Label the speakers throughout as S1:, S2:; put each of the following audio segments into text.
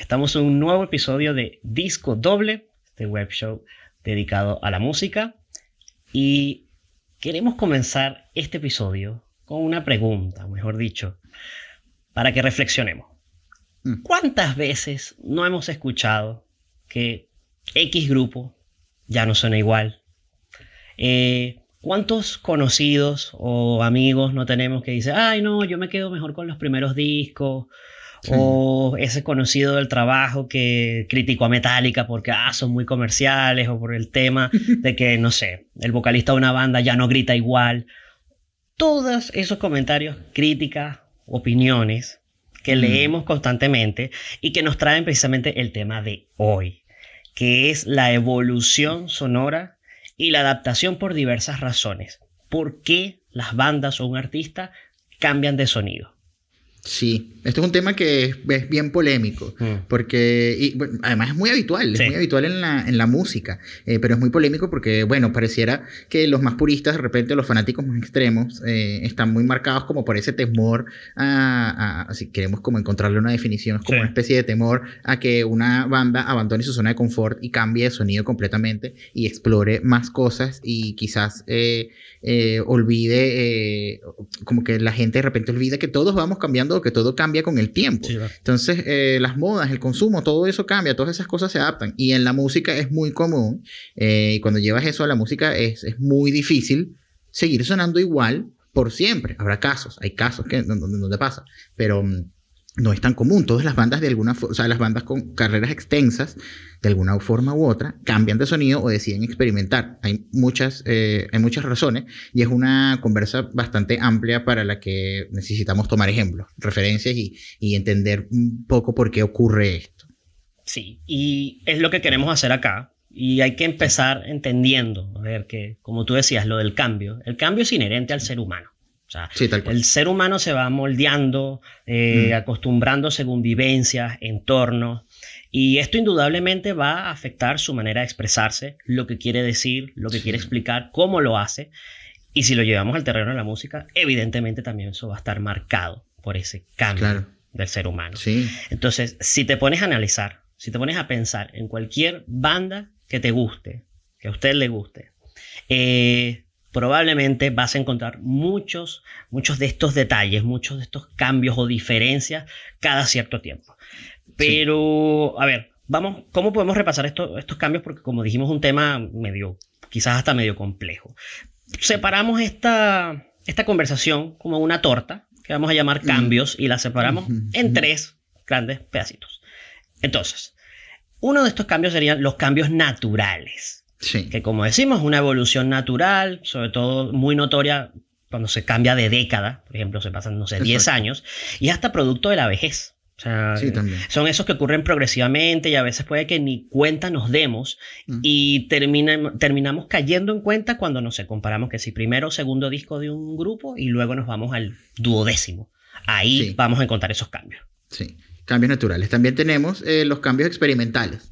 S1: Estamos en un nuevo episodio de Disco Doble, este web show dedicado a la música. Y queremos comenzar este episodio con una pregunta, mejor dicho, para que reflexionemos. ¿Cuántas veces no hemos escuchado que X grupo ya no suena igual? ¿Cuántos conocidos o amigos no tenemos que dicen, ay no, yo me quedo mejor con los primeros discos? Sí. O ese conocido del trabajo que criticó a Metallica porque son muy comerciales, o por el tema de que, no sé, el vocalista de una banda ya no grita igual. Todos esos comentarios, críticas, opiniones que leemos constantemente y que nos traen precisamente el tema de hoy, que es la evolución sonora y la adaptación por diversas razones. ¿Por qué las bandas o un artista cambian de sonido?
S2: Sí, esto es un tema que es bien polémico, porque bueno, además es muy habitual, es muy habitual en la música, pero es muy polémico porque, bueno, pareciera que los más puristas, de repente los fanáticos más extremos, están muy marcados como por ese temor si queremos como encontrarle una definición, es como una especie de temor a que una banda abandone su zona de confort y cambie de sonido completamente y explore más cosas y quizás olvide, como que la gente de repente olvida que todos vamos cambiando, que todo cambia con el tiempo. Sí, claro. Entonces, las modas, el consumo, todo eso cambia, todas esas cosas se adaptan. Y en la música es muy común, y cuando llevas eso a la música es muy difícil seguir sonando igual por siempre. Habrá casos, hay casos donde pasa, pero no es tan común. Todas las bandas las bandas con carreras extensas, de alguna forma u otra, cambian de sonido o deciden experimentar. Hay muchas razones y es una conversa bastante amplia para la que necesitamos tomar ejemplos, referencias y entender un poco por qué ocurre esto.
S1: Sí, y es lo que queremos hacer acá. Y hay que empezar entendiendo, a ver, que como tú decías, lo del cambio. El cambio es inherente al ser humano. O sea, sí, tal cual. El ser humano se va moldeando, acostumbrando según vivencias, entornos, y esto indudablemente va a afectar su manera de expresarse, lo que quiere decir, lo que quiere explicar, cómo lo hace. Y si lo llevamos al terreno de la música, evidentemente también eso va a estar marcado por ese cambio del ser humano. Sí. Entonces, si te pones a analizar, si te pones a pensar en cualquier banda que te guste, que a usted le guste, probablemente vas a encontrar muchos de estos detalles, muchos de estos cambios o diferencias cada cierto tiempo. Pero, a ver, vamos, ¿cómo podemos repasar estos cambios? Porque como dijimos, es un tema quizás hasta medio complejo. Separamos esta conversación como una torta, que vamos a llamar cambios, y la separamos en 3 grandes pedacitos. Entonces, uno de estos cambios serían los cambios naturales. Sí. Que como decimos, es una evolución natural, sobre todo muy notoria cuando se cambia de década. Por ejemplo, se pasan, 10 años, y hasta producto de la vejez. O sea, son esos que ocurren progresivamente y a veces puede que ni cuenta nos demos y terminamos cayendo en cuenta cuando, comparamos que si primero o segundo disco de un grupo y luego nos vamos al 12º. Ahí vamos a encontrar esos cambios.
S2: Sí, cambios naturales. También tenemos los cambios experimentales.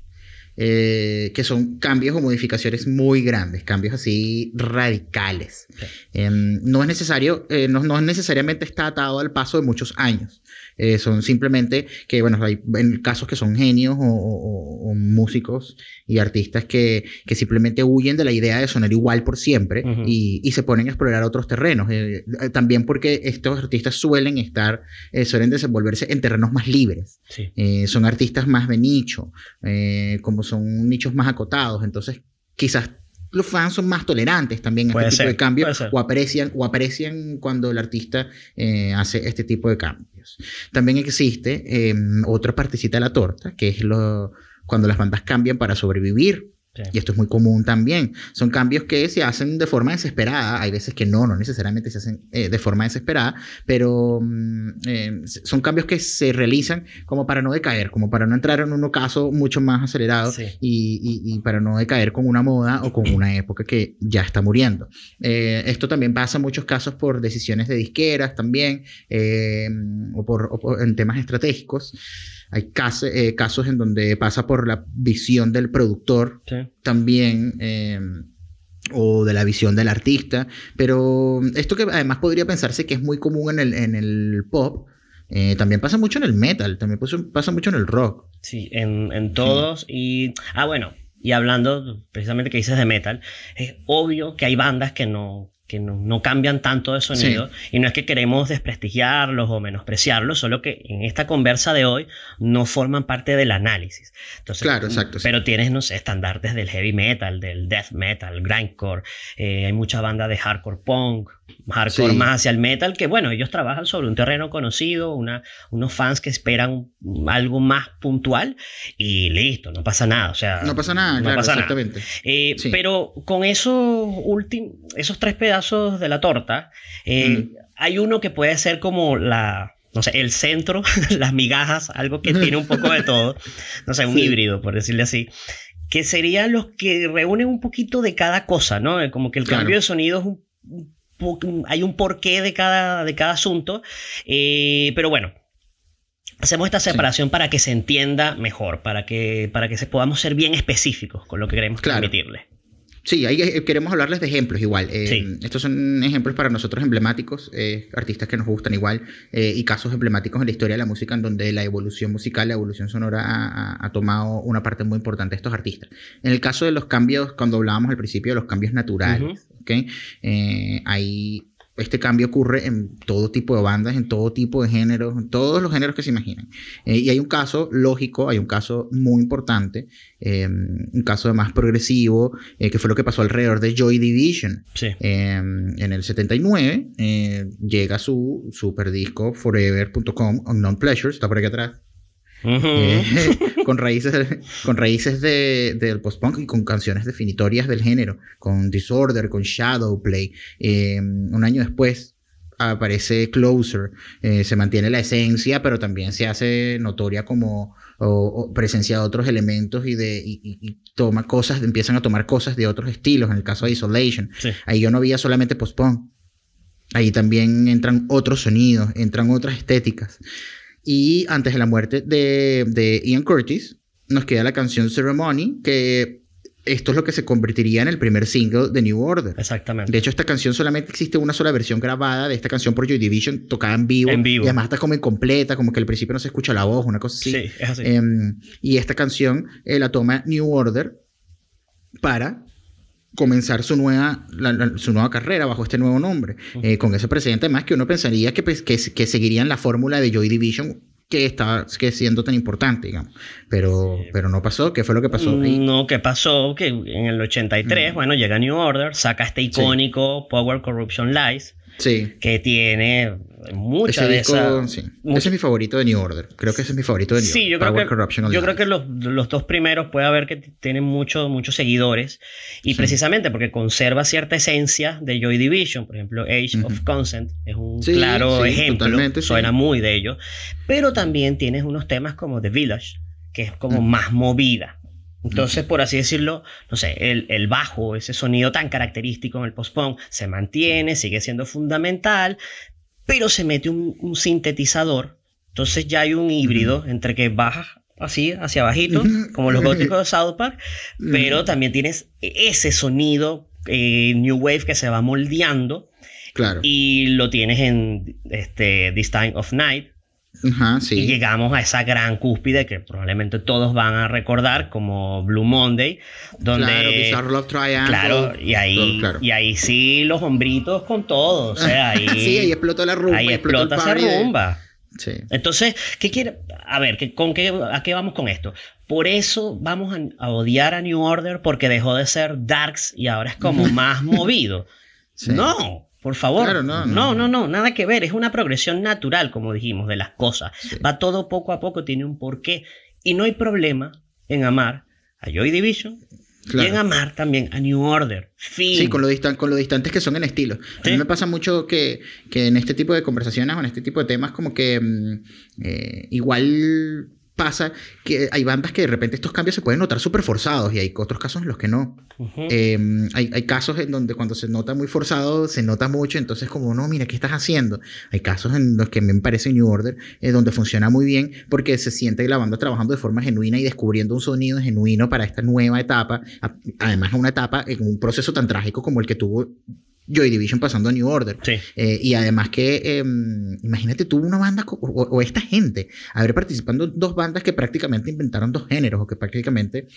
S2: Que son cambios o modificaciones muy grandes, cambios así radicales. No es necesario, no necesariamente está atado al paso de muchos años. Son simplemente que, bueno, hay en casos que son genios o músicos y artistas que simplemente huyen de la idea de sonar igual por siempre y se ponen a explorar otros terrenos. También porque estos artistas suelen desenvolverse en terrenos más libres. Sí. Son artistas más de nicho, como son nichos más acotados. Entonces, quizás los fans son más tolerantes también a este tipo de cambios o aprecian cuando el artista hace este tipo de cambios. También existe otra partecita de la torta, que es cuando las bandas cambian para sobrevivir. Sí. Y esto es muy común también. Son cambios que se hacen de forma desesperada. Hay veces que no necesariamente se hacen de forma desesperada, pero son cambios que se realizan como para no decaer, como para no entrar en un ocaso mucho más acelerado y para no decaer con una moda o con una época que ya está muriendo. Esto también pasa en muchos casos por decisiones de disqueras también, o en temas estratégicos. Hay casos en donde pasa por la visión del productor también, o de la visión del artista. Pero esto que además podría pensarse que es muy común en el pop, También pasa mucho en el metal, también pasa mucho en el rock.
S1: Sí, en todos. Y bueno, y hablando precisamente que dices de metal, es obvio que hay bandas que no cambian tanto de sonido, y no es que queremos desprestigiarlos o menospreciarlos, solo que en esta conversa de hoy no forman parte del análisis. Entonces,
S2: claro, exacto.
S1: Pero tienes, no sé, estandartes del heavy metal, del death metal, grindcore, hay muchas bandas de hardcore punk, hardcore más hacia el metal, que bueno, ellos trabajan sobre un terreno conocido, unos fans que esperan algo más puntual y listo, no pasa nada, o sea...
S2: No pasa nada, claro, exactamente.
S1: Pero con esos tres pedazos de la torta, hay uno que puede ser como no sé, el centro, las migajas, algo que tiene un poco de todo, no sé, un híbrido, por decirle así, que serían los que reúnen un poquito de cada cosa, ¿no? Como que el cambio de sonido es hay un porqué de cada asunto, pero bueno, hacemos esta separación para que se entienda mejor, para que podamos ser bien específicos con lo que queremos transmitirles.
S2: Sí, ahí queremos hablarles de ejemplos igual. Estos son ejemplos para nosotros emblemáticos, artistas que nos gustan igual, y casos emblemáticos en la historia de la música en donde la evolución musical, la evolución sonora ha tomado una parte muy importante de estos artistas. En el caso de los cambios, cuando hablábamos al principio de los cambios naturales, ¿okay? Este cambio ocurre en todo tipo de bandas, en todo tipo de géneros, en todos los géneros que se imaginen. Y hay un caso lógico, hay un caso muy importante, un caso de más progresivo, que fue lo que pasó alrededor de Joy Division. Sí. En el 79 llega su super disco Forever.com, Unknown Pleasures, está por aquí atrás. Con raíces del post-punk y con canciones definitorias del género, con Disorder, con Shadowplay. Un año después aparece Closer, se mantiene la esencia, pero también se hace notoria como presencia de otros elementos y toma cosas, empiezan a tomar cosas de otros estilos. En el caso de Isolation, ahí yo no veía solamente post-punk, ahí también entran otros sonidos, entran otras estéticas. Y antes de la muerte de Ian Curtis, nos queda la canción Ceremony, que esto es lo que se convertiría en el primer single de New Order.
S1: Exactamente.
S2: De hecho, esta canción solamente existe una sola versión grabada de esta canción por Joy Division, tocada en vivo. Y además está como incompleta, como que al principio no se escucha la voz, una cosa así.
S1: Sí, es así.
S2: Y esta canción la toma New Order para comenzar su nueva carrera bajo este nuevo nombre, con ese precedente además que uno pensaría que seguirían la fórmula de Joy Division que siendo tan importante, digamos, pero no pasó. ¿Qué fue lo que pasó ahí?
S1: No, ¿qué pasó? Que en el 83, bueno, llega New Order, saca este icónico Power, Corruption, Lies, que tiene mucha de esa...
S2: Sí. Ese es mi favorito de New Order. Creo que ese es mi favorito de New Order.
S1: Sí, yo creo que los dos primeros puede haber que tienen muchos seguidores. Y precisamente porque conserva cierta esencia de Joy Division. Por ejemplo, Age of Consent es un claro ejemplo. Suena muy de ello. Pero también tienes unos temas como The Village, que es como más movida. Entonces, por así decirlo, no sé, el bajo, ese sonido tan característico en el post-punk, se mantiene, sigue siendo fundamental, pero se mete un sintetizador. Entonces ya hay un híbrido entre que bajas así, hacia abajito, como los góticos de South Park, pero también tienes ese sonido New Wave que se va moldeando.
S2: Claro.
S1: Y lo tienes en This Time of Night. Y llegamos a esa gran cúspide que probablemente todos van a recordar como Blue Monday, donde
S2: Bizarre Love Triangle,
S1: claro, y ahí sí los hombritos con todo, o sea, ahí
S2: sí, ahí explota la rumba,
S1: ahí explota esa rumba.
S2: Sí.
S1: Entonces, ¿qué quiere? A ver, ¿a qué vamos con esto? Por eso vamos a odiar a New Order porque dejó de ser darks y ahora es como más movido. No. Por favor,
S2: claro,
S1: no, nada que ver. Es una progresión natural, como dijimos, de las cosas. Va todo poco a poco, tiene un porqué. Y no hay problema en amar a Joy Division y en amar también a New Order. Fin.
S2: Sí, con lo distantes que son en estilo. A mí me pasa mucho que en este tipo de conversaciones o en este tipo de temas como que igual pasa que hay bandas que de repente estos cambios se pueden notar súper forzados y hay otros casos en los que no. Hay casos en donde cuando se nota muy forzado se nota mucho, entonces como no, mira, ¿qué estás haciendo? Hay casos en los que me parece New Order donde funciona muy bien porque se siente que la banda trabajando de forma genuina y descubriendo un sonido genuino para esta nueva etapa, además una etapa en un proceso tan trágico como el que tuvo Joy Division pasando a New Order.
S1: Sí.
S2: Y además que, imagínate tú una banda o esta gente, haber participado en dos bandas que prácticamente inventaron dos géneros o que prácticamente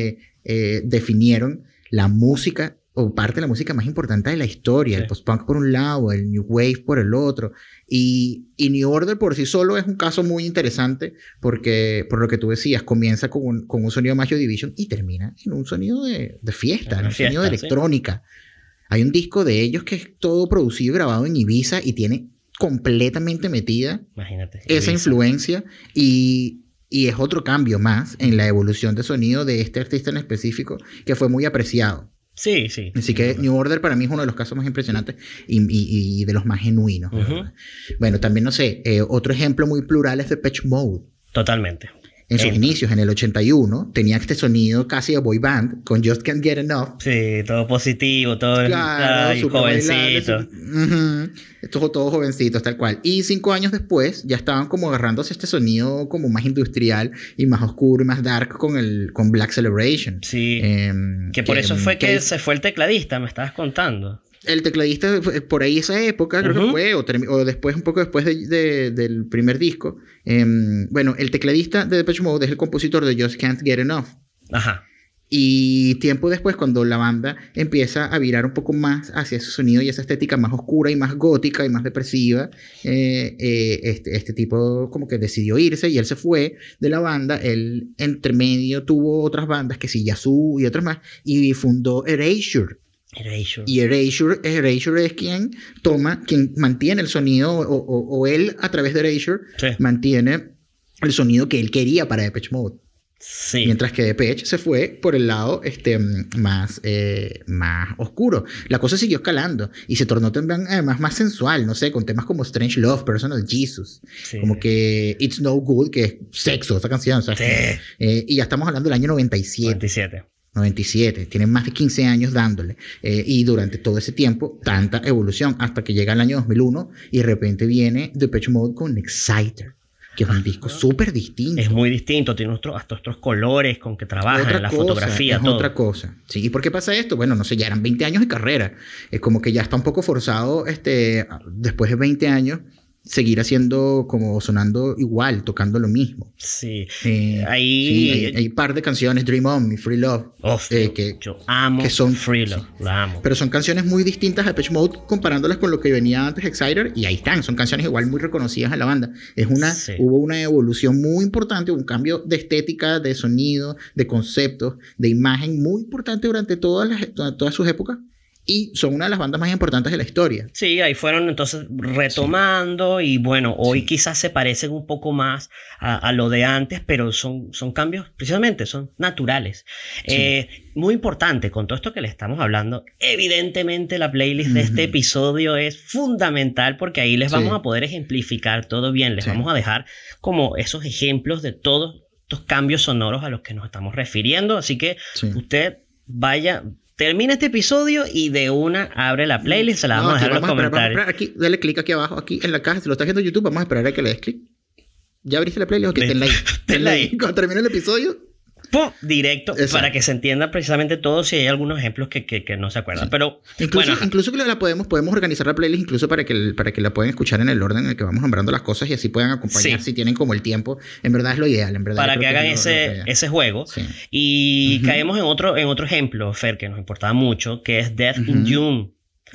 S2: definieron la música o parte de la música más importante de la historia. Sí. El post-punk por un lado, el New Wave por el otro. Y New Order por sí solo es un caso muy interesante porque, por lo que tú decías, comienza con un sonido más Joy Division y termina en un sonido de fiesta, un sonido de electrónica. Sí. Hay un disco de ellos que es todo producido y grabado en Ibiza y tiene completamente metida esa influencia y es otro cambio más en la evolución de sonido de este artista en específico que fue muy apreciado.
S1: Sí, sí.
S2: Así que New Order para mí es uno de los casos más impresionantes y de los más genuinos. Bueno, también, no sé, otro ejemplo muy plural es Depeche Mode.
S1: Totalmente.
S2: En sus inicios, en el 81, tenía este sonido casi de boy band, con Just Can't Get Enough.
S1: Sí, todo positivo, todo jovencito.
S2: Todos jovencitos, tal cual. Y 5 años después, ya estaban como agarrándose este sonido como más industrial y más oscuro y más dark con Black Celebration.
S1: Sí, que por eso fue que se fue el tecladista, me estabas contando.
S2: El tecladista, por ahí esa época, creo que fue, o después, un poco después del primer disco. Bueno, el tecladista de Depeche Mode es el compositor de Just Can't Get Enough.
S1: Ajá.
S2: Y tiempo después, cuando la banda empieza a virar un poco más hacia ese sonido y esa estética más oscura y más gótica y más depresiva, este tipo como que decidió irse y él se fue de la banda. Él entre medio tuvo otras bandas, que sí, Yazoo y otras más, y fundó Erasure. Y Erasure es quien mantiene el sonido, o él a través de Erasure mantiene el sonido que él quería para Depeche Mode.
S1: Sí.
S2: Mientras que Depeche se fue por el lado más oscuro. La cosa siguió escalando y se tornó también además más sensual, no sé, con temas como Strange Love, Personal Jesus, como que It's No Good, que es sexo, esta canción, ¿sabes? Y ya estamos hablando del año 97, tienen más de 15 años dándole, y durante todo ese tiempo tanta evolución hasta que llega el año 2001 y de repente viene Depeche Mode con Exciter, que es un disco súper distinto.
S1: Es muy distinto, tiene hasta otros colores con que trabajan, la fotografía,
S2: es
S1: todo.
S2: Otra cosa. Sí, ¿y por qué pasa esto? Bueno, no sé, ya eran 20 años de carrera, es como que ya está un poco forzado después de 20 años seguir haciendo como sonando igual, tocando lo mismo.
S1: Sí.
S2: Hay un par de canciones, Dream On y Free Love.
S1: Yo amo Free Love, la amo.
S2: Pero son canciones muy distintas a Depeche Mode comparándolas con lo que venía antes Exciter, y ahí están, son canciones igual muy reconocidas en la banda. Hubo una evolución muy importante, un cambio de estética, de sonido, de conceptos, de imagen muy importante durante todas sus épocas. Y son una de las bandas más importantes de la historia.
S1: Sí, ahí fueron entonces retomando y bueno, hoy quizás se parecen un poco más a lo de antes, pero son cambios, precisamente, son naturales. Muy importante, con todo esto que le estamos hablando, evidentemente la playlist de este episodio es fundamental porque ahí les vamos a poder ejemplificar todo bien, les vamos a dejar como esos ejemplos de todos estos cambios sonoros a los que nos estamos refiriendo, así que usted termina este episodio y de una abre la playlist, se la vamos a dejar en los comentarios.
S2: Aquí, dale clic aquí abajo, aquí en la caja, si lo estás viendo en YouTube, vamos a esperar a que le des clic. ¿Ya abriste la playlist? Ok, tenla ahí. Cuando termine el episodio,
S1: ¡pum! Directo. Exacto. Para que se entienda precisamente todo, si hay algunos ejemplos que no se acuerdan. Pero
S2: incluso que podemos organizar la playlist incluso para que la puedan escuchar en el orden en el que vamos nombrando las cosas y así puedan acompañar si tienen como el tiempo. En verdad es lo ideal, en verdad.
S1: Para que hagan ese juego. Sí. Y caemos en otro ejemplo, Fer, que nos importaba mucho, que es Death in June.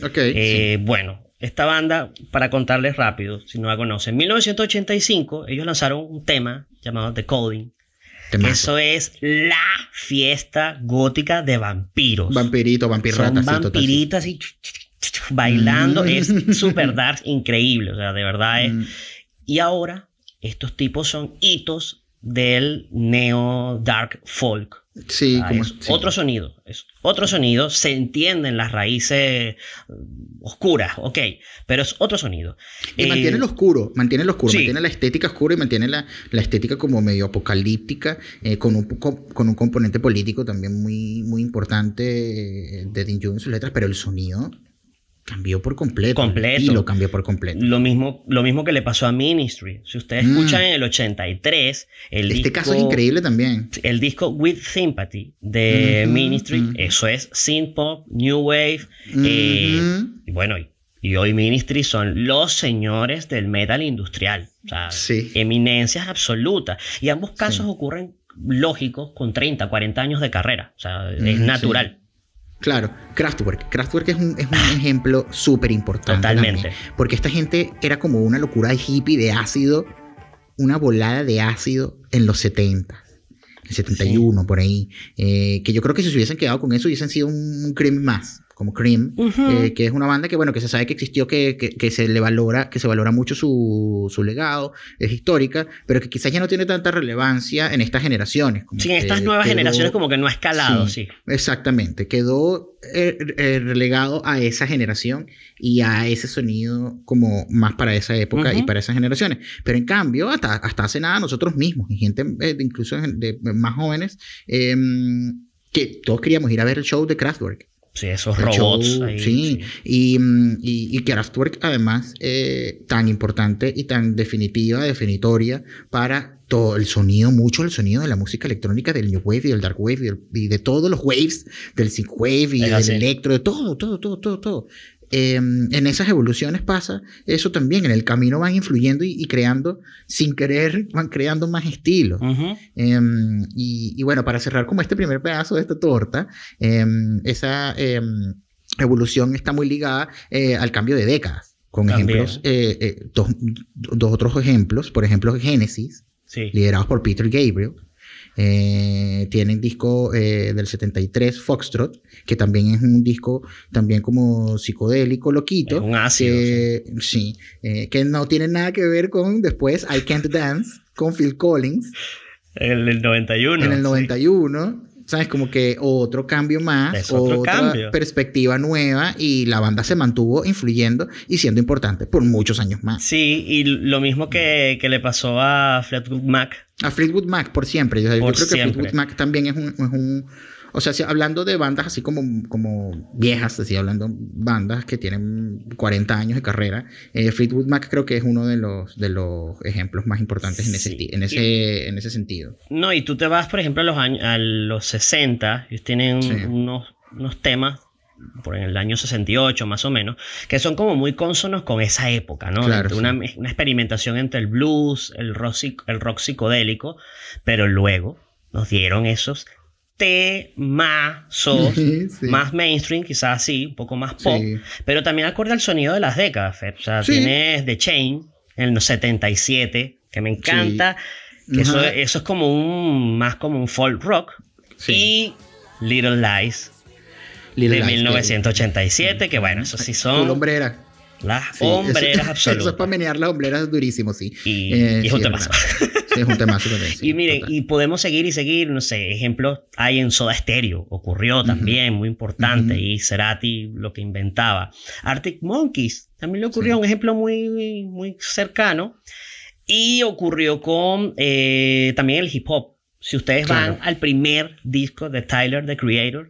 S1: Bueno, esta banda, para contarles rápido, si no la conocen, en 1985 ellos lanzaron un tema llamado The Coding. Eso es la fiesta gótica de vampiros.
S2: Vampirratas.
S1: Son vampiritas y bailando. Es super dark, increíble. O sea, de verdad es. Y ahora, estos tipos son hitos del neo dark folk.
S2: Sí,
S1: otro sonido. Es otro sonido. Se entienden las raíces oscuras, ok, pero es otro sonido.
S2: Y mantiene lo oscuro, mantiene la estética oscura y mantiene la estética como medio apocalíptica, con un componente político también muy, muy importante de Dean June en sus letras, pero el sonido cambió por completo.
S1: Completo.
S2: Y lo cambió por completo.
S1: Lo mismo que le pasó a Ministry. Si ustedes escuchan en el 83,
S2: este caso es increíble también.
S1: El disco With Sympathy de Ministry, eso es synth-pop, new wave. Y bueno, y hoy Ministry son los señores del metal industrial. O sea, eminencias absolutas. Y ambos casos ocurren lógicos con 30, 40 años de carrera. O sea, es natural.
S2: Claro, Kraftwerk. Kraftwerk es un ejemplo súper importante.
S1: Totalmente.
S2: También, porque esta gente era como una locura de hippie, de ácido, una volada de ácido en los 70. El 71, por ahí. Que yo creo que si se hubiesen quedado con eso, hubiesen sido un Cream más. Como Cream, que es una banda que, bueno, que se sabe que existió, que se valora mucho su legado, es histórica, pero que quizás ya no tiene tanta relevancia en estas generaciones.
S1: En estas nuevas generaciones como que no ha escalado, sí.
S2: Exactamente, quedó relegado a esa generación y a ese sonido como más para esa época y para esas generaciones. Pero en cambio, hasta hace nada nosotros mismos, y gente incluso de más jóvenes, que todos queríamos ir a ver el show de Kraftwerk.
S1: Sí, esos robots
S2: show,
S1: ahí.
S2: Sí. Y Kraftwerk, además, tan importante y tan definitoria para todo el sonido, mucho el sonido de la música electrónica, del New Wave y del Dark Wave y de todos los waves, del Synth Wave y del electro, de todo. En esas evoluciones pasa eso también. En el camino van influyendo y creando, sin querer, van creando más estilos. Y bueno, para cerrar como este primer pedazo de esta torta, esa evolución está muy ligada al cambio de décadas. Con también ejemplos, dos otros ejemplos. Por ejemplo, Genesis, liderados por Peter Gabriel. Tienen disco del 73, Foxtrot, que también es un disco también como psicodélico, loquito.
S1: Es un ácido.
S2: Que no tiene nada que ver con después I Can't Dance, con Phil Collins.
S1: En el 91.
S2: En el 91. ¿Sabes? Como que otro cambio más, otra perspectiva nueva, y la banda se mantuvo influyendo y siendo importante por muchos años más.
S1: Sí, y lo mismo que le pasó a Fleetwood Mac.
S2: A Fleetwood Mac por siempre. Yo creo que Fleetwood Mac también es un o sea, hablando de bandas así como viejas, así hablando bandas que tienen 40 años de carrera, Fleetwood Mac creo que es uno de los ejemplos más importantes en ese sentido.
S1: No, y tú te vas, por ejemplo, a los 60, ellos tienen unos temas por el año 68 más o menos, que son como muy cónsonos con esa época, ¿no?
S2: Claro,
S1: una experimentación entre el blues, el rock psicodélico, pero luego nos dieron esos temazos más mainstream, quizás sí, un poco más pop, pero también acorde al sonido de las décadas, Fer. O sea, tienes The Chain en los 77, que me encanta, que eso es más como un folk rock, y Little Lies de 1987, que bueno, eso sí son
S2: hombrera.
S1: Las hombreras absolutas.
S2: Eso es para menear las hombreras durísimo, sí.
S1: Y es un temazo.
S2: Sí, es un temazo también.
S1: Y miren, y podemos seguir, no sé, ejemplos hay en Soda Stereo, ocurrió también, muy importante, y Cerati lo que inventaba. Arctic Monkeys también le ocurrió, un ejemplo muy, muy cercano, y ocurrió con también el hip hop. Si ustedes van al primer disco de Tyler, the Creator,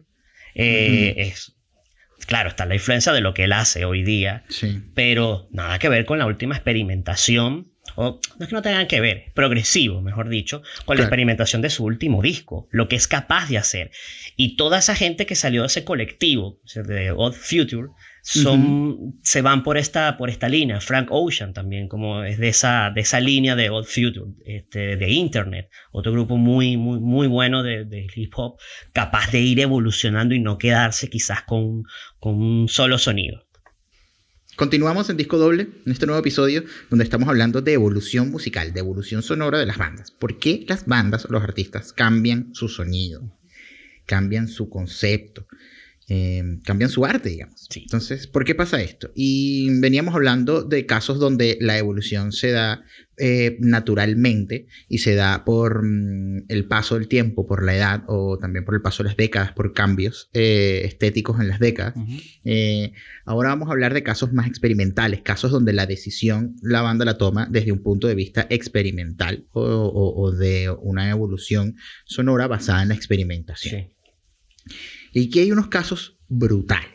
S1: claro, está la influencia de lo que él hace hoy día, pero nada que ver con la última experimentación, o no es que no tengan que ver, progresivo, mejor dicho, con la experimentación de su último disco, lo que es capaz de hacer. Y toda esa gente que salió de ese colectivo, de Odd Future, se van por esta línea. Frank Ocean también, como es de esa línea de Odd Future, de Internet, otro grupo muy, muy, muy bueno de hip hop, capaz de ir evolucionando y no quedarse quizás con un solo sonido.
S2: Continuamos en Disco Doble, en este nuevo episodio, donde estamos hablando de evolución musical, de evolución sonora de las bandas. ¿Por qué las bandas o los artistas cambian su sonido? Cambian su concepto. Cambian su arte, digamos. Entonces, ¿por qué pasa esto? Y veníamos hablando de casos donde la evolución se da naturalmente y se da por el paso del tiempo, por la edad, o también por el paso de las décadas, por cambios estéticos en las décadas. Ahora vamos a hablar de casos más experimentales, casos donde la decisión la banda la toma desde un punto de vista experimental o de una evolución sonora basada en la experimentación. Y aquí hay unos casos brutales.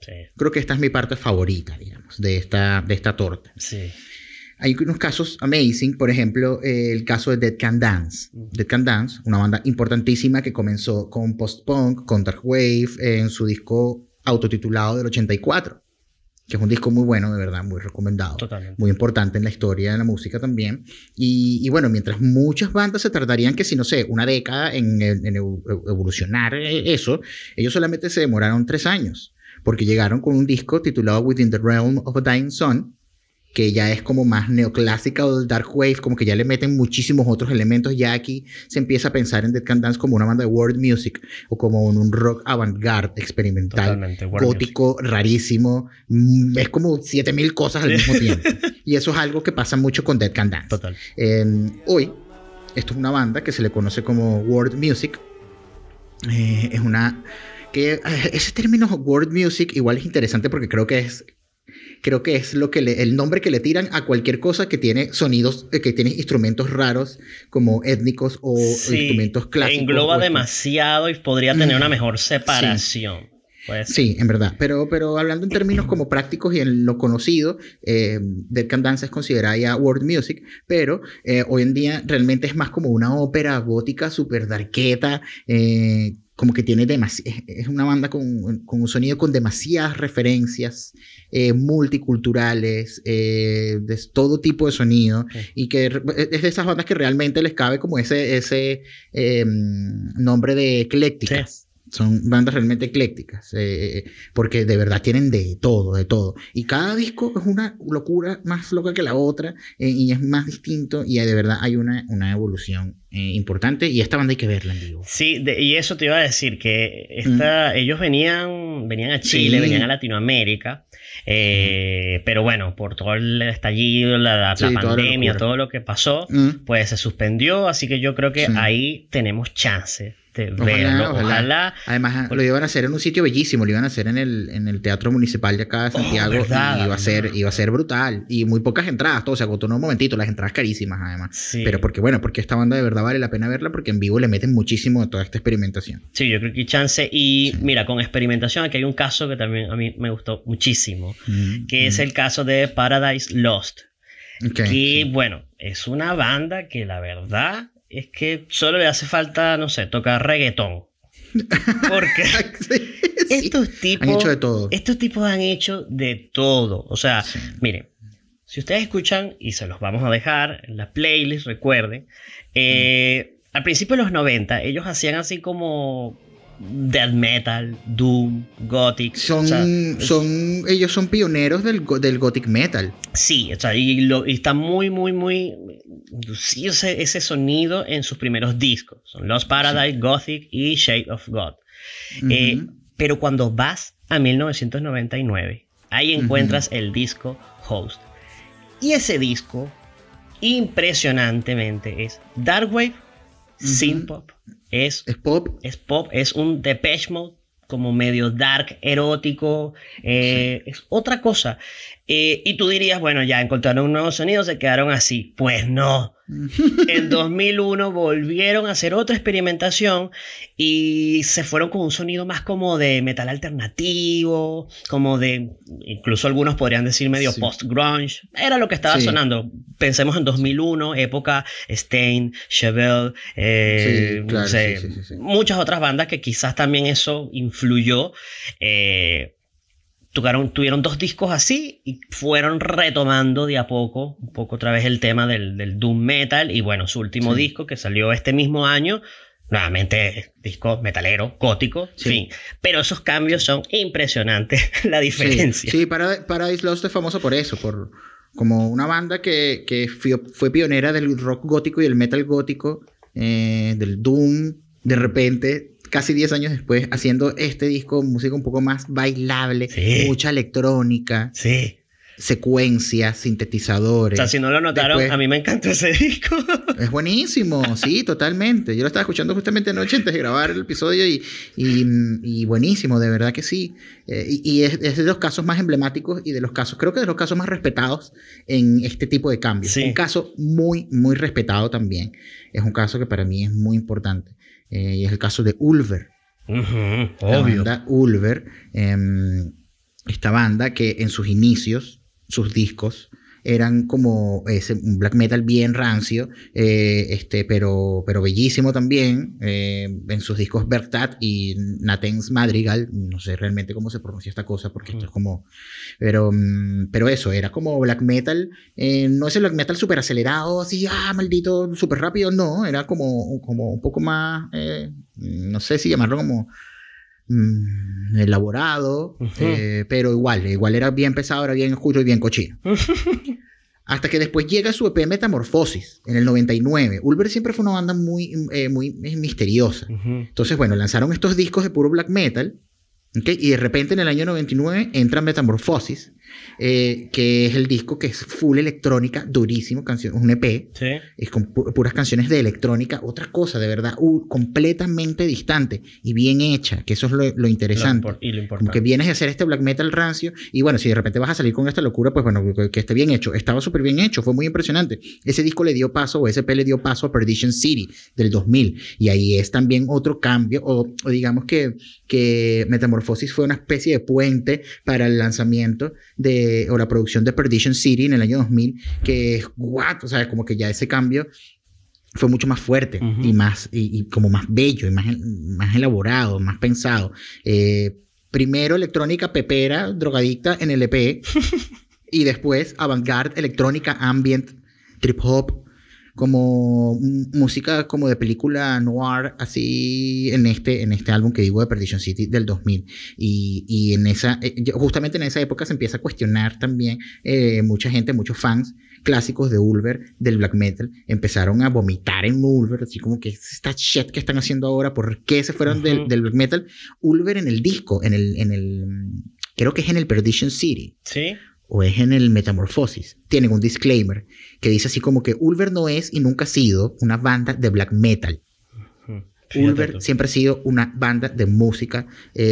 S1: Sí.
S2: Creo que esta es mi parte favorita, digamos, de esta torta.
S1: Sí.
S2: Hay unos casos amazing, por ejemplo, el caso de Dead Can Dance. Dead Can Dance, una banda importantísima que comenzó con post-punk, con dark wave, en su disco autotitulado del 84, que es un disco muy bueno, de verdad, muy recomendado.
S1: Totalmente.
S2: Muy importante en la historia de la música también. Y bueno, mientras muchas bandas se tardarían que si, no sé, una década en evolucionar eso, ellos solamente se demoraron 3 años, porque llegaron con un disco titulado Within the Realm of a Dying Sun, que ya es como más neoclásica o dark wave, como que ya le meten muchísimos otros elementos. Ya aquí se empieza a pensar en Dead Can Dance como una banda de world music o como un rock avant-garde experimental, gótico, rarísimo. Es como 7000 cosas al mismo tiempo. Y eso es algo que pasa mucho con Dead Can Dance.
S1: Total.
S2: Hoy, esto es una banda que se le conoce como world music. Es una... que ese término world music igual es interesante porque creo que es lo que el nombre que le tiran a cualquier cosa que tiene sonidos, que tiene instrumentos raros como étnicos o instrumentos clásicos.
S1: Engloba demasiado y podría tener una mejor separación.
S2: Sí, en verdad. Pero hablando en términos como prácticos y en lo conocido, Dead Can Dance es considerada ya world music, pero hoy en día realmente es más como una ópera gótica súper darketa, como que tiene es una banda con un sonido con demasiadas referencias multiculturales, de todo tipo de sonido, y que es de esas bandas que realmente les cabe como ese nombre de eclécticas. Sí. Son bandas realmente eclécticas, porque de verdad tienen de todo, de todo. Y cada disco es una locura más loca que la otra, y es más distinto, y de verdad hay una evolución importante, y esta banda hay que verla en vivo.
S1: Sí, y eso te iba a decir, que ellos venían a Chile, venían a Latinoamérica, pero bueno, por todo el estallido, la pandemia, todo lo que pasó, pues se suspendió, así que yo creo que ahí tenemos chance de verlo. Ojalá.
S2: Además, lo iban a hacer en un sitio bellísimo, lo iban a hacer en el Teatro Municipal de acá de Santiago, ¿verdad? Y iba a ser brutal, y muy pocas entradas, todo se agotó en un momentito, las entradas carísimas además, sí. Pero porque esta banda de verdad vale la pena verla, porque en vivo le meten muchísimo a toda esta experimentación.
S1: Sí, yo creo que hay chance, y mira, con experimentación aquí hay un caso que también a mí me gustó muchísimo, que es el caso de Paradise Lost, que bueno, es una banda que la verdad es que solo le hace falta, no sé, tocar reggaetón. Porque estos tipos
S2: han hecho de todo.
S1: Estos tipos han hecho de todo. O sea, miren, si ustedes escuchan, y se los vamos a dejar en la playlist, recuerden, al principio de los 90, ellos hacían así como death metal, doom, gothic.
S2: Ellos son pioneros del gothic metal.
S1: Sí, o sea, y está muy inducido ese sonido en sus primeros discos. Son Lost Paradise, Gothic y Shade of God. Pero cuando vas a 1999, ahí encuentras el disco Host. Y ese disco, impresionantemente, es darkwave, synthpop. Es pop, es un Depeche Mode como medio dark, erótico, es otra cosa. Y tú dirías, bueno, ya encontraron un nuevo sonido, se quedaron así. Pues no. En 2001 volvieron a hacer otra experimentación y se fueron con un sonido más como de metal alternativo, como de, incluso algunos podrían decir medio post-grunge. Era lo que estaba sonando. Pensemos en 2001, época Staind, Chevelle, muchas otras bandas que quizás también eso influyó. Tuvieron 2 discos así y fueron retomando de a poco, un poco otra vez el tema del doom metal, y bueno, su último disco que salió este mismo año, nuevamente disco metalero, gótico, fin. Pero esos cambios son impresionantes, la diferencia.
S2: Sí, Paradise Lost es famoso por eso, como una banda que fue pionera del rock gótico y el metal gótico, del doom, de repente, casi 10 años después, haciendo este disco, música un poco más bailable, mucha electrónica, secuencias, sintetizadores.
S1: O sea, si no lo notaron, a mí me encantó ese disco.
S2: Es buenísimo, sí, totalmente. Yo lo estaba escuchando justamente anoche antes de grabar el episodio y buenísimo, de verdad que sí. Y es de los casos más emblemáticos y creo que de los casos más respetados en este tipo de cambios. Un caso muy, muy respetado también. Es un caso que para mí es muy importante. Y es el caso de Ulver.
S1: Obvio.
S2: La banda Ulver. esta banda que en sus inicios, sus discos, eran como un black metal bien rancio, pero bellísimo también. En sus discos Bertat y Nathan's Madrigal, no sé realmente cómo se pronuncia esta cosa, porque esto es como... Pero eso, era como black metal, no es el black metal súper acelerado, así, maldito, súper rápido, no, era como un poco más, no sé si llamarlo como... elaborado, pero igual era bien pesado, era bien oscuro y bien cochino. Hasta que después llega su EP Metamorphosis en el 99. Ulver siempre fue una banda muy misteriosa. Entonces, bueno, lanzaron estos discos de puro black metal, ¿okay? Y de repente en el año 99 entra Metamorphosis, que es el disco que es full electrónica, durísimo, un EP,
S1: ¿sí?
S2: Es con puras canciones de electrónica, otra cosa de verdad, completamente distante y bien hecha, que eso es lo interesante.
S1: Lo importante.
S2: Como que vienes a hacer este black metal rancio y bueno, si de repente vas a salir con esta locura, pues bueno, que esté bien hecho. Estaba súper bien hecho, fue muy impresionante. Ese disco le dio paso, o ese EP le dio paso a Perdition City del 2000, y ahí es también otro cambio, o digamos que Metamorphosis fue una especie de puente para el lanzamiento o la producción de Perdition City en el año 2000, que es o sea, como que ya ese cambio fue mucho más fuerte y más y como más bello y más elaborado, más pensado. Primero electrónica pepera, drogadicta en el EP y después avant-garde, electrónica, ambient, trip hop, como música como de película noir, así en este álbum que digo de Perdition City del 2000. Y en justamente en esa época se empieza a cuestionar también mucha gente, muchos fans clásicos de Ulver, del black metal, empezaron a vomitar en Ulver, así como que esta shit que están haciendo ahora, ¿por qué se fueron del black metal? Ulver en el disco, creo que es en el Perdition City.
S1: ¿Sí?
S2: O es en el Metamorphosis, tienen un disclaimer que dice así como que Ulver no es y nunca ha sido una banda de black metal. Ulver siempre ha sido una banda de música,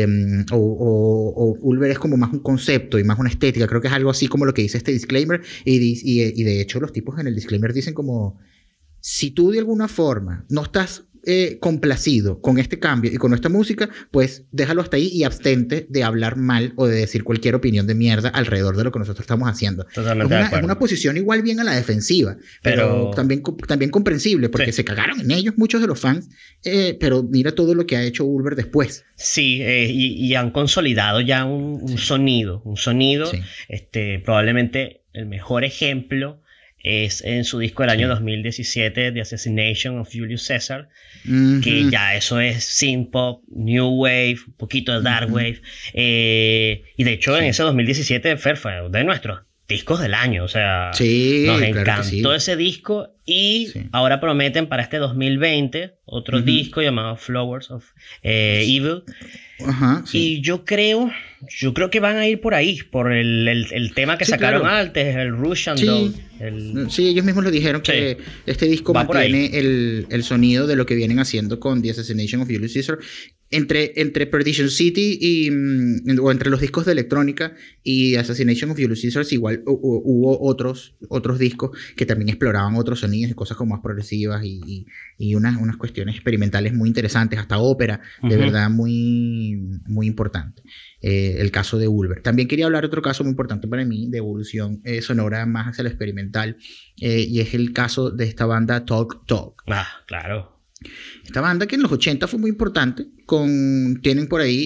S2: o Ulver es como más un concepto y más una estética. Creo que es algo así como lo que dice este disclaimer, y de hecho los tipos en el disclaimer dicen como, si tú de alguna forma no estás complacido con este cambio y con nuestra música, pues déjalo hasta ahí y abstente de hablar mal o de decir cualquier opinión de mierda alrededor de lo que nosotros estamos haciendo.
S1: Totalmente
S2: es una posición igual bien a la defensiva, pero también comprensible, porque se cagaron en ellos muchos de los fans, pero mira todo lo que ha hecho Ulver después.
S1: Sí, y han consolidado ya un sonido, sí. Probablemente el mejor ejemplo es en su disco del año 2017, The Assassination of Julius Caesar, que ya eso es synth pop, new wave, un poquito de dark wave, y de hecho en ese 2017 fue de nuestros discos del año, o sea, nos encantó ese disco, y ahora prometen para este 2020 otro disco llamado Flowers of Evil. Y yo creo que van a ir por ahí, por el tema que sacaron antes, el Rush and Down.
S2: Sí, ellos mismos lo dijeron, que este disco mantiene el sonido de lo que vienen haciendo con The Assassination of Julius Caesar. Entre Perdition City o entre los discos de electrónica y Assassination of Julius Caesar, igual hubo otros discos que también exploraban otros sonidos y cosas como más progresivas y unas cuestiones experimentales muy interesantes, hasta ópera, de verdad muy, muy importante. El caso de Ulver. También quería hablar de otro caso muy importante para mí, de evolución sonora más hacia lo experimental, y es el caso de esta banda Talk Talk.
S1: Claro.
S2: Esta banda que en los 80 fue muy importante, tienen por ahí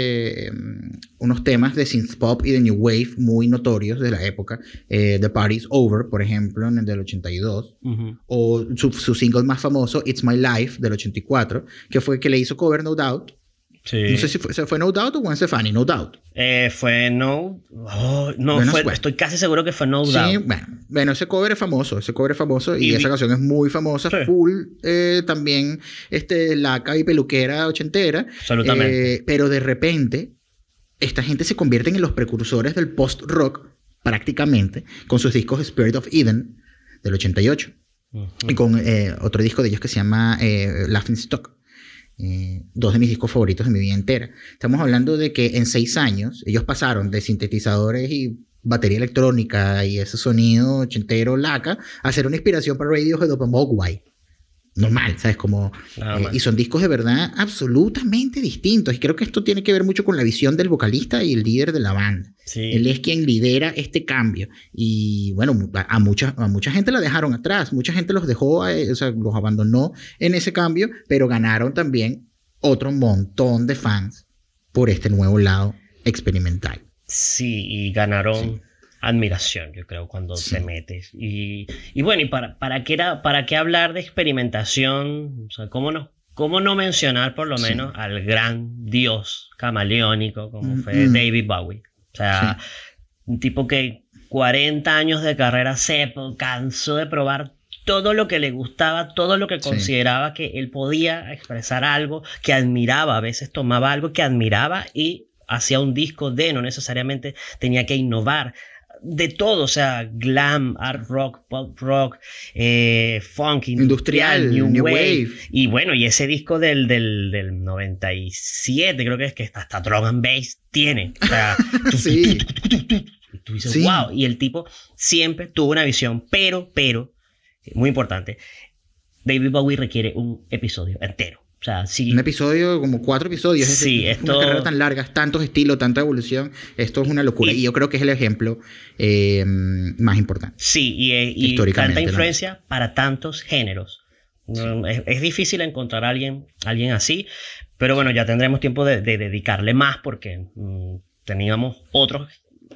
S2: unos temas de synth pop y de new wave muy notorios de la época. The Party's Over, por ejemplo, en el del 82, o su single más famoso, It's My Life, del 84, que le hizo cover No Doubt. Sí. No sé si fue No Doubt o Gwen Stefani. No Doubt.
S1: Fue No... estoy casi seguro que fue No Doubt.
S2: Sí, bueno, ese cover es famoso y esa canción es muy famosa, full, también laca y peluquera ochentera.
S1: Absolutamente.
S2: Pero de repente, esta gente se convierten en los precursores del post-rock, prácticamente, con sus discos Spirit of Eden, del 88, y con otro disco de ellos que se llama Laughing Stock. Dos de mis discos favoritos de mi vida entera. Estamos hablando de que en 6 años ellos pasaron de sintetizadores y batería electrónica y ese sonido ochentero laca a ser una inspiración para Radiohead o para Mogwai. normal, ¿sabes? Como, y son discos de verdad absolutamente distintos. Y creo que esto tiene que ver mucho con la visión del vocalista y el líder de la banda.
S1: Sí.
S2: Él es quien lidera este cambio. Y bueno, a mucha gente la dejaron atrás. Mucha gente los dejó, o sea, los abandonó en ese cambio, pero ganaron también otro montón de fans por este nuevo lado experimental.
S1: Sí, y ganaron admiración, yo creo, cuando te metes. Y bueno, ¿y para qué hablar de experimentación? O sea, ¿cómo no mencionar por lo menos al gran dios camaleónico como fue David Bowie? O sea, un tipo que 40 años de carrera se cansó de probar todo lo que le gustaba, todo lo que consideraba que él podía expresar algo, que admiraba, a veces tomaba algo que admiraba y hacía un disco no necesariamente tenía que innovar. De todo, o sea, glam, art rock, pop rock, funk, industrial, new wave. Y bueno, y ese disco del 97, creo que es que hasta drum and bass tiene. O sea, tú dices, wow. Y el tipo siempre tuvo una visión, pero, muy importante, David Bowie requiere un episodio entero. O sea,
S2: un episodio, como 4 episodios.
S1: Sí,
S2: una carrera tan larga, tantos estilos, tanta evolución. Esto es una locura. Y yo creo que es el ejemplo más importante.
S1: Sí, y tanta influencia para tantos géneros. Sí. Es difícil encontrar a alguien así. Pero bueno, ya tendremos tiempo de dedicarle más porque teníamos otro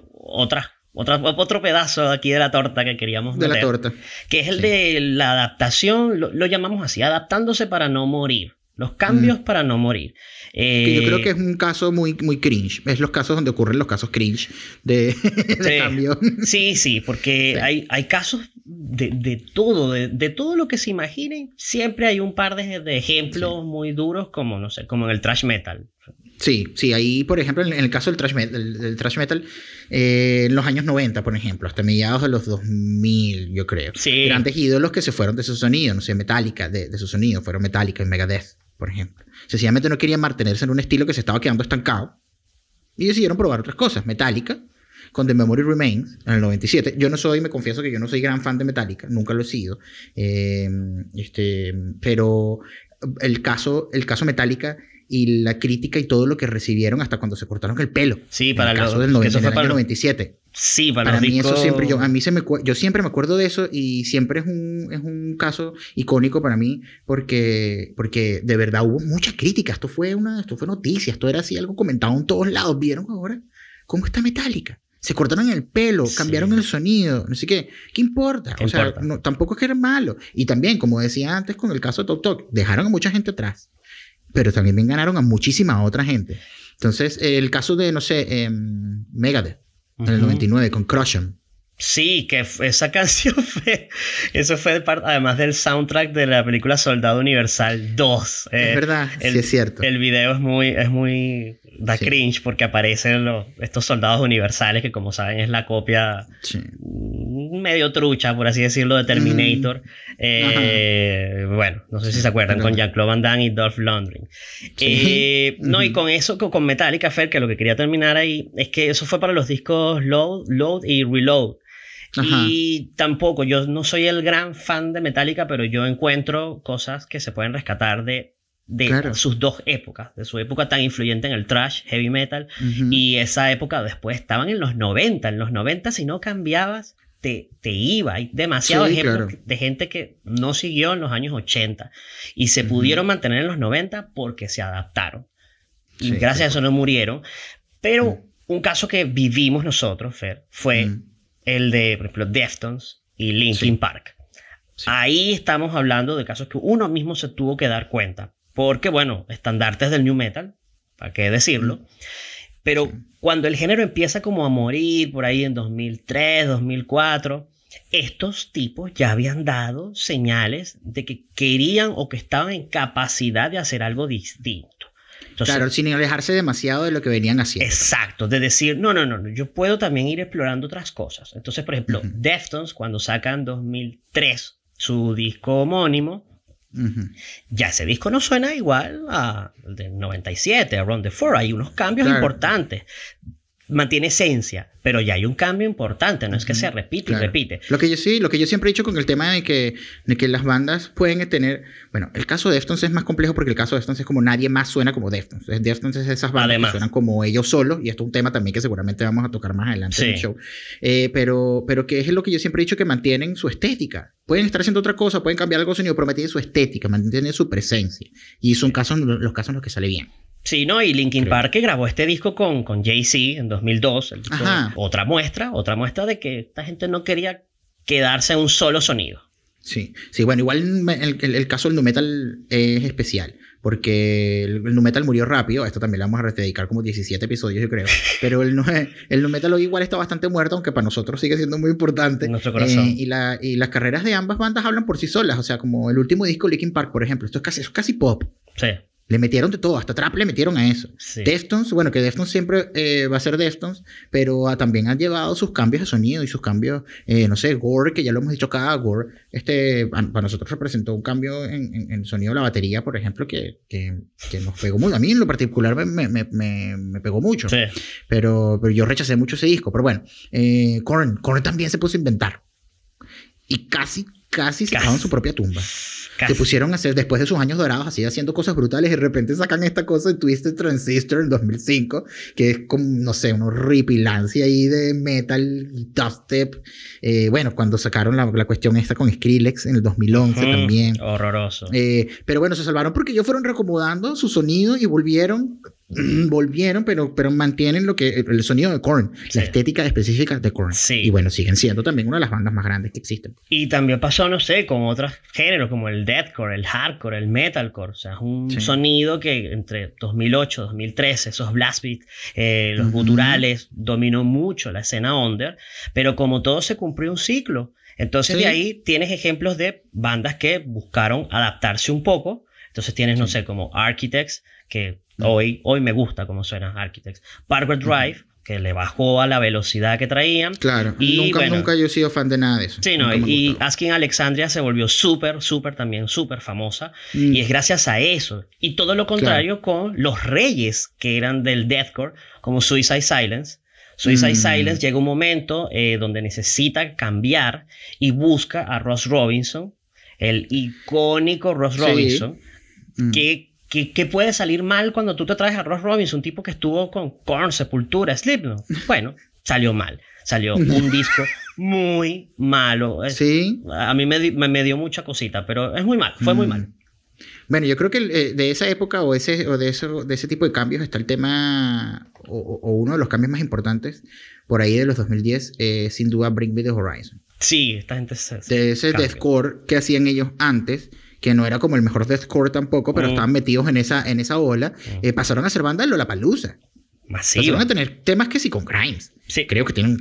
S1: pedazo aquí de la torta que queríamos meter.
S2: De la torta.
S1: Que es el de la adaptación. Lo llamamos así, adaptándose para no morir. Los cambios para no morir.
S2: Que yo creo que es un caso muy, muy cringe. Es los casos donde ocurren los casos cringe de cambio.
S1: Sí, porque hay casos de todo. De todo lo que se imaginen. Siempre hay un par de ejemplos muy duros como, no sé, como en el thrash metal.
S2: Sí, ahí, por ejemplo, en el caso del thrash metal, en los años 90, por ejemplo, hasta mediados de los 2000, yo creo.
S1: Sí.
S2: Grandes ídolos que se fueron de su sonido, no sé, Metallica, de su sonido, fueron Metallica y Megadeth, por ejemplo. Sencillamente no querían mantenerse en un estilo que se estaba quedando estancado y decidieron probar otras cosas. Metallica, con The Memory Remains, en el 97. Me confieso que yo no soy gran fan de Metallica, nunca lo he sido. Pero el caso Metallica y la crítica y todo lo que recibieron hasta cuando se cortaron el pelo.
S1: Sí, para
S2: el caso del 97.
S1: Sí,
S2: para mí
S1: discos...
S2: eso siempre yo siempre me acuerdo de eso y siempre es un caso icónico para mí porque de verdad hubo mucha crítica. Esto fue noticia, esto era así algo comentado en todos lados. ¿Vieron ahora cómo está Metallica? Se cortaron el pelo, cambiaron el sonido, no sé qué. ¿Qué importa? No, tampoco es que era malo. Y también, como decía antes con el caso de Tok Tok, dejaron a mucha gente atrás. Pero también ganaron a muchísima otra gente. Entonces, el caso de, no sé, Megadeth, en el 99, con Crush 'Em.
S1: Sí, que esa canción eso fue además del soundtrack de la película Soldado Universal 2.
S2: Es verdad, sí es cierto.
S1: El video da cringe porque aparecen estos soldados universales que, como saben, es la copia medio trucha, por así decirlo, de Terminator. Bueno, no sé si se acuerdan, con Jean-Claude Van Damme y Dolph Lundgren. No, y con eso, con Metallica, Fer, que lo que quería terminar ahí es que eso fue para los discos Load y Reload. Ajá. Y tampoco, yo no soy el gran fan de Metallica, pero yo encuentro cosas que se pueden rescatar de sus dos épocas, de su época tan influyente en el thrash, heavy metal, y esa época después estaban en los 90. En los 90, si no cambiabas, te iba. Hay demasiados ejemplos de gente que no siguió en los años 80 y se pudieron mantener en los 90 porque se adaptaron. Y gracias a eso no murieron. Pero un caso que vivimos nosotros, Fer, fue el de, por ejemplo, Deftones y Linkin Park. Ahí estamos hablando de casos que uno mismo se tuvo que dar cuenta. Porque, bueno, estandartes del new metal, ¿para qué decirlo? Pero cuando el género empieza como a morir por ahí en 2003, 2004, estos tipos ya habían dado señales de que querían o que estaban en capacidad de hacer algo distinto. Entonces,
S2: claro, sin alejarse demasiado de lo que venían haciendo.
S1: Exacto, de decir, no, yo puedo también ir explorando otras cosas. Entonces, por ejemplo, Deftones, cuando sacan 2003 su disco homónimo, ya ese disco no suena igual al del 97, Around the Fur. Hay unos cambios importantes. mantiene esencia, pero ya hay un cambio importante, no es que se repite y repite.
S2: Lo que yo siempre he dicho con el tema de que las bandas pueden tener, bueno, el caso de Deftones es más complejo porque el caso de Deftones es como nadie más suena como Deftones. Deftones es esas bandas que suenan como ellos solos, y esto es un tema también que seguramente vamos a tocar más adelante en el show. Pero que es lo que yo siempre he dicho, que mantienen su estética. Pueden estar haciendo otra cosa, pueden cambiar algo de sonido, pero mantienen su estética, mantienen su presencia. Y son los casos en los que sale bien.
S1: Sí, ¿no? Y Linkin Park, que grabó este disco con Jay-Z en 2002. Otra muestra de que esta gente no quería quedarse en un solo sonido.
S2: Sí, bueno, igual el caso del nu metal es especial, porque el nu metal murió rápido. Esto también le vamos a dedicar como 17 episodios, yo creo. Pero el nu metal hoy igual está bastante muerto, aunque para nosotros sigue siendo muy importante.
S1: En nuestro corazón.
S2: Y las carreras de ambas bandas hablan por sí solas. O sea, como el último disco, Linkin Park, por ejemplo. Eso es casi pop.
S1: Sí.
S2: Le metieron de todo, hasta trap le metieron a eso.
S1: Sí.
S2: Deftones, bueno, que Deftones siempre va a ser Deftones, pero también han llevado sus cambios de sonido y sus cambios, no sé, Gore, que ya lo hemos dicho acá, Gore, para nosotros representó un cambio en el sonido de la batería, por ejemplo, que nos pegó mucho. A mí en lo particular me pegó mucho.
S1: Sí.
S2: Pero yo rechacé mucho ese disco. Pero bueno, Korn también se puso a inventar. Y casi sacaron su propia tumba. Se pusieron a hacer, después de sus años dorados, así haciendo cosas brutales, y de repente sacan esta cosa de Twisted Transistor en 2005, que es como, no sé, una horripilancia ahí de metal, dubstep. Bueno, cuando sacaron la cuestión esta con Skrillex en el 2011 también.
S1: Horroroso.
S2: Pero bueno, se salvaron porque ellos fueron reacomodando su sonido y volvieron, pero mantienen el sonido de Korn, la estética específica de Korn.
S1: Sí.
S2: Y bueno, siguen siendo también una de las bandas más grandes que existen.
S1: Y también pasó, no sé, con otros géneros como el deathcore, el hardcore, el metalcore. O sea, es un sonido que entre 2008 y 2013, esos blast beats, los guturales, dominó mucho la escena under, pero como todo se cumplió un ciclo. Entonces de ahí tienes ejemplos de bandas que buscaron adaptarse un poco. Entonces tienes, no sé, como Architects, que hoy me gusta cómo suenan Architects. Parkway Drive, que le bajó a la velocidad que traían.
S2: Claro, y nunca yo he sido fan de nada de eso.
S1: Sí, no, y Asking Alexandria se volvió súper famosa, y es gracias a eso. Y todo lo contrario con los reyes que eran del deathcore, como Suicide Silence. Suicide Silence llega un momento donde necesita cambiar y busca a Ross Robinson, el icónico Ross Robinson, que puede salir mal cuando tú te traes a Ross Robinson, un tipo que estuvo con Korn, Sepultura, Slipknot. Bueno, salió mal. Salió un disco muy malo.
S2: Sí.
S1: A mí me dio mucha cosita, pero es muy mal. Fue muy mal.
S2: Bueno, yo creo que de esa época o de ese tipo de cambios está el tema, o uno de los cambios más importantes por ahí de los 2010, sin duda Bring Me The Horizon.
S1: Sí, esta gente
S2: de ese deathcore que hacían ellos antes, que no era como el mejor deathcore tampoco, pero estaban metidos en esa ola, pasaron a ser banda de Lollapalooza.
S1: Masivo.
S2: Pasaron a tener temas que sí con Grimes.
S1: Sí.
S2: Creo que tienen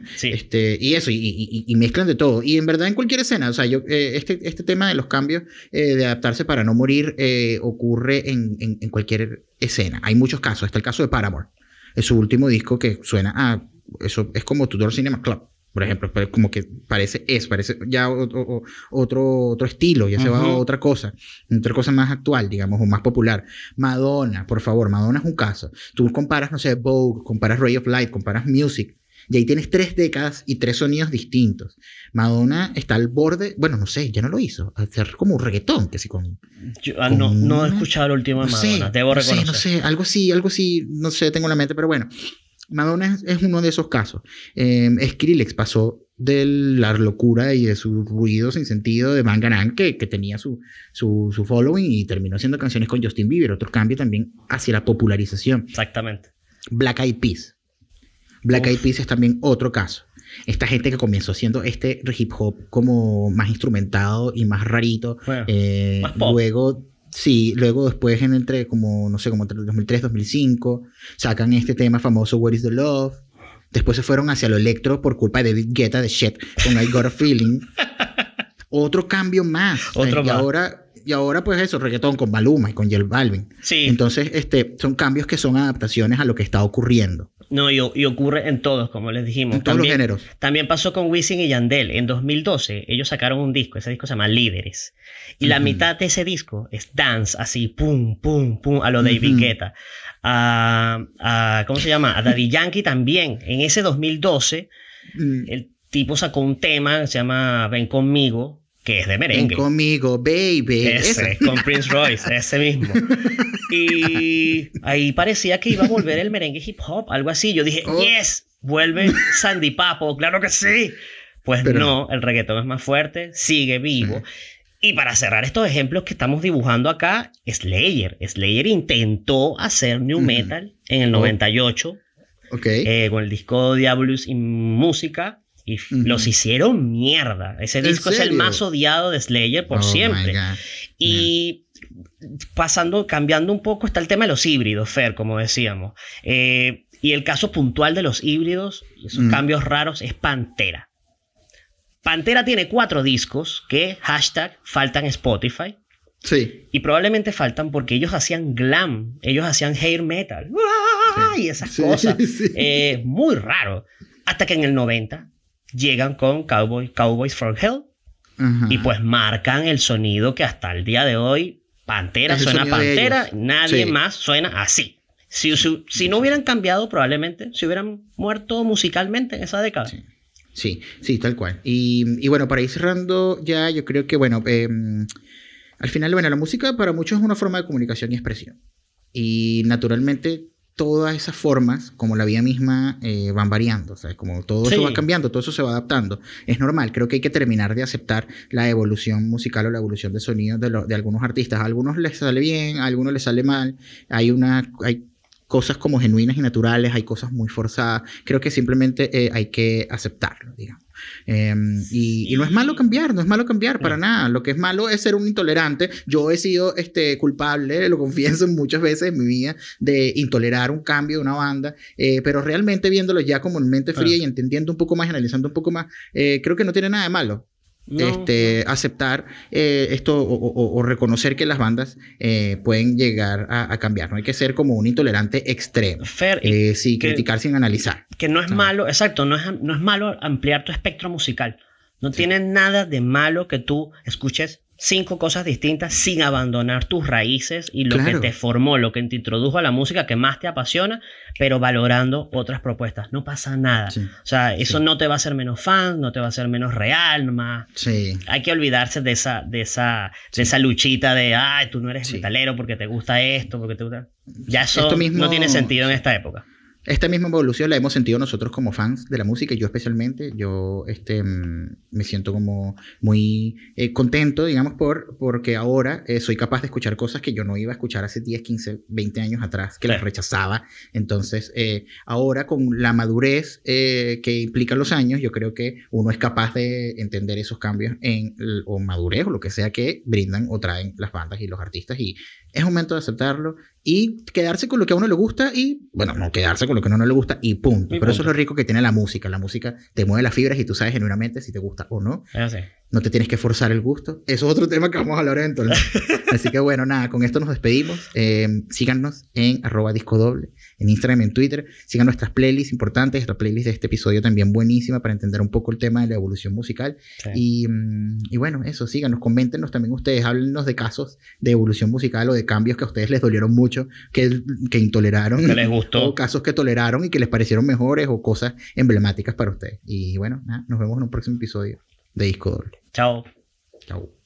S2: y eso, y mezclan de todo. Y en verdad en cualquier escena, o sea, este tema de los cambios, de adaptarse para no morir, ocurre en cualquier escena. Hay muchos casos. Está el caso de Paramore. Es su último disco que suena a... Eso es como Tudor Cinema Club, por ejemplo, como que parece ya otro estilo, ya se va a otra cosa más actual, digamos, o más popular. Madonna, por favor, Madonna es un caso. Tú comparas, no sé, Vogue, comparas Ray of Light, comparas Music, y ahí tienes 3 décadas y 3 sonidos distintos. Madonna está al borde, bueno, no sé, ya no lo hizo, hacer como un reggaetón, que sí
S1: no he escuchado el último de Madonna, debo reconocer.
S2: No sé, algo así, no sé, tengo en la mente, pero bueno. Madonna es uno de esos casos. Skrillex pasó de la locura y de su ruido sin sentido de Bangarang, que tenía su following, y terminó haciendo canciones con Justin Bieber. Otro cambio también hacia la popularización.
S1: Exactamente.
S2: Black Eyed Peas. Black Eyed Peas es también otro caso. Esta gente que comenzó haciendo este hip hop como más instrumentado y más rarito.
S1: Bueno, más pop.
S2: Luego después entre 2003, 2005 sacan este tema famoso What is the Love. Después se fueron hacia lo electro por culpa de David Guetta de Shit con I Got a Feeling. Otro cambio más. Y ahora pues eso, reggaetón con Maluma y con J Balvin.
S1: Sí.
S2: Entonces son cambios que son adaptaciones a lo que está ocurriendo.
S1: No, y ocurre en todos, como les dijimos.
S2: En todos los géneros.
S1: También pasó con Wisin y Yandel. En 2012, ellos sacaron un disco. Ese disco se llama Líderes. Y la mitad de ese disco es dance, así, pum, pum, pum, a lo David Guetta. ¿Cómo se llama? A Daddy Yankee también. En ese 2012, el tipo sacó un tema que se llama Ven Conmigo, que es de merengue.
S2: Ven conmigo, baby.
S1: Ese, con Prince Royce, ese mismo. Y ahí parecía que iba a volver el merengue hip hop, algo así. Yo dije, yes, vuelve Sandy Papo, claro que sí. Pues pero no, el reggaetón es más fuerte, sigue vivo. Y para cerrar estos ejemplos que estamos dibujando acá, Slayer. Slayer intentó hacer new metal en el 98 con el disco Diabolus in Música. Y los hicieron mierda. Ese disco es el más odiado de Slayer por siempre. Y cambiando un poco, está el tema de los híbridos, Fer, como decíamos. Y el caso puntual de los híbridos, esos cambios raros, es Pantera. Pantera tiene 4 discos que faltan Spotify.
S2: Sí.
S1: Y probablemente faltan porque ellos hacían glam, ellos hacían hair metal. Y esas cosas. Muy raro. Hasta que en el 90 llegan con Cowboys from Hell. Y pues marcan el sonido que hasta el día de hoy Pantera suena Pantera, nadie más suena así. Si no hubieran cambiado, probablemente se hubieran muerto musicalmente en esa década.
S2: Sí, tal cual. Y bueno, para ir cerrando ya, yo creo que bueno, al final, bueno, la música para muchos es una forma de comunicación y expresión. Y naturalmente todas esas formas, como la vida misma, van variando, ¿sabes? Como todo eso va cambiando, todo eso se va adaptando. Es normal, creo que hay que terminar de aceptar la evolución musical o la evolución de sonido de algunos artistas. A algunos les sale bien, a algunos les sale mal. Hay cosas como genuinas y naturales, hay cosas muy forzadas. Creo que simplemente hay que aceptarlo, digamos. Y no es malo cambiar, para nada. Lo que es malo es ser un intolerante. Yo he sido culpable, lo confieso muchas veces en mi vida, de intolerar un cambio de una banda, pero realmente viéndolo ya como en mente fría y entendiendo un poco más, analizando un poco más, creo que no tiene nada de malo. Aceptar esto o reconocer que las bandas pueden llegar a cambiar. No hay que ser como un intolerante extremo. Criticar sin analizar.
S1: Que no es malo, exacto, no es malo ampliar tu espectro musical. No tiene nada de malo que tú escuches 5 cosas distintas sin abandonar tus raíces y lo que te formó, lo que te introdujo a la música que más te apasiona, pero valorando otras propuestas. No pasa nada. O sea, eso no te va a hacer menos fan, no te va a hacer menos real, nomás. Hay que olvidarse de esa luchita de, tú no eres metalero porque te gusta esto, porque te gusta... Ya eso no tiene sentido en esta época.
S2: Esta misma evolución la hemos sentido nosotros como fans de la música, y yo especialmente, me siento como muy contento, digamos, porque ahora soy capaz de escuchar cosas que yo no iba a escuchar hace 10, 15, 20 años atrás, que las rechazaba. Entonces, ahora con la madurez que implican los años, yo creo que uno es capaz de entender esos cambios o madurez o lo que sea que brindan o traen las bandas y los artistas, y es momento de aceptarlo y quedarse con lo que a uno le gusta y, bueno, no quedarse con lo que a uno no le gusta y punto. Pero eso es lo rico que tiene la música. La música te mueve las fibras y tú sabes genuinamente si te gusta o no. No te tienes que forzar el gusto. Eso es otro tema que vamos a hablar eventualmente. Así que bueno, nada, con esto nos despedimos. Síganos en @discodoble, en Instagram y en Twitter. Sigan nuestras playlists importantes. Esta playlist de este episodio también buenísima para entender un poco el tema de la evolución musical. Y bueno, eso, síganos, coméntenos también ustedes. Háblenos de casos de evolución musical o de cambios que a ustedes les dolieron mucho, que intoleraron.
S1: Que les gustó.
S2: O casos que toleraron y que les parecieron mejores o cosas emblemáticas para ustedes. Y bueno, nada, nos vemos en un próximo episodio de Disco Doble.
S1: Chao.
S2: Chao.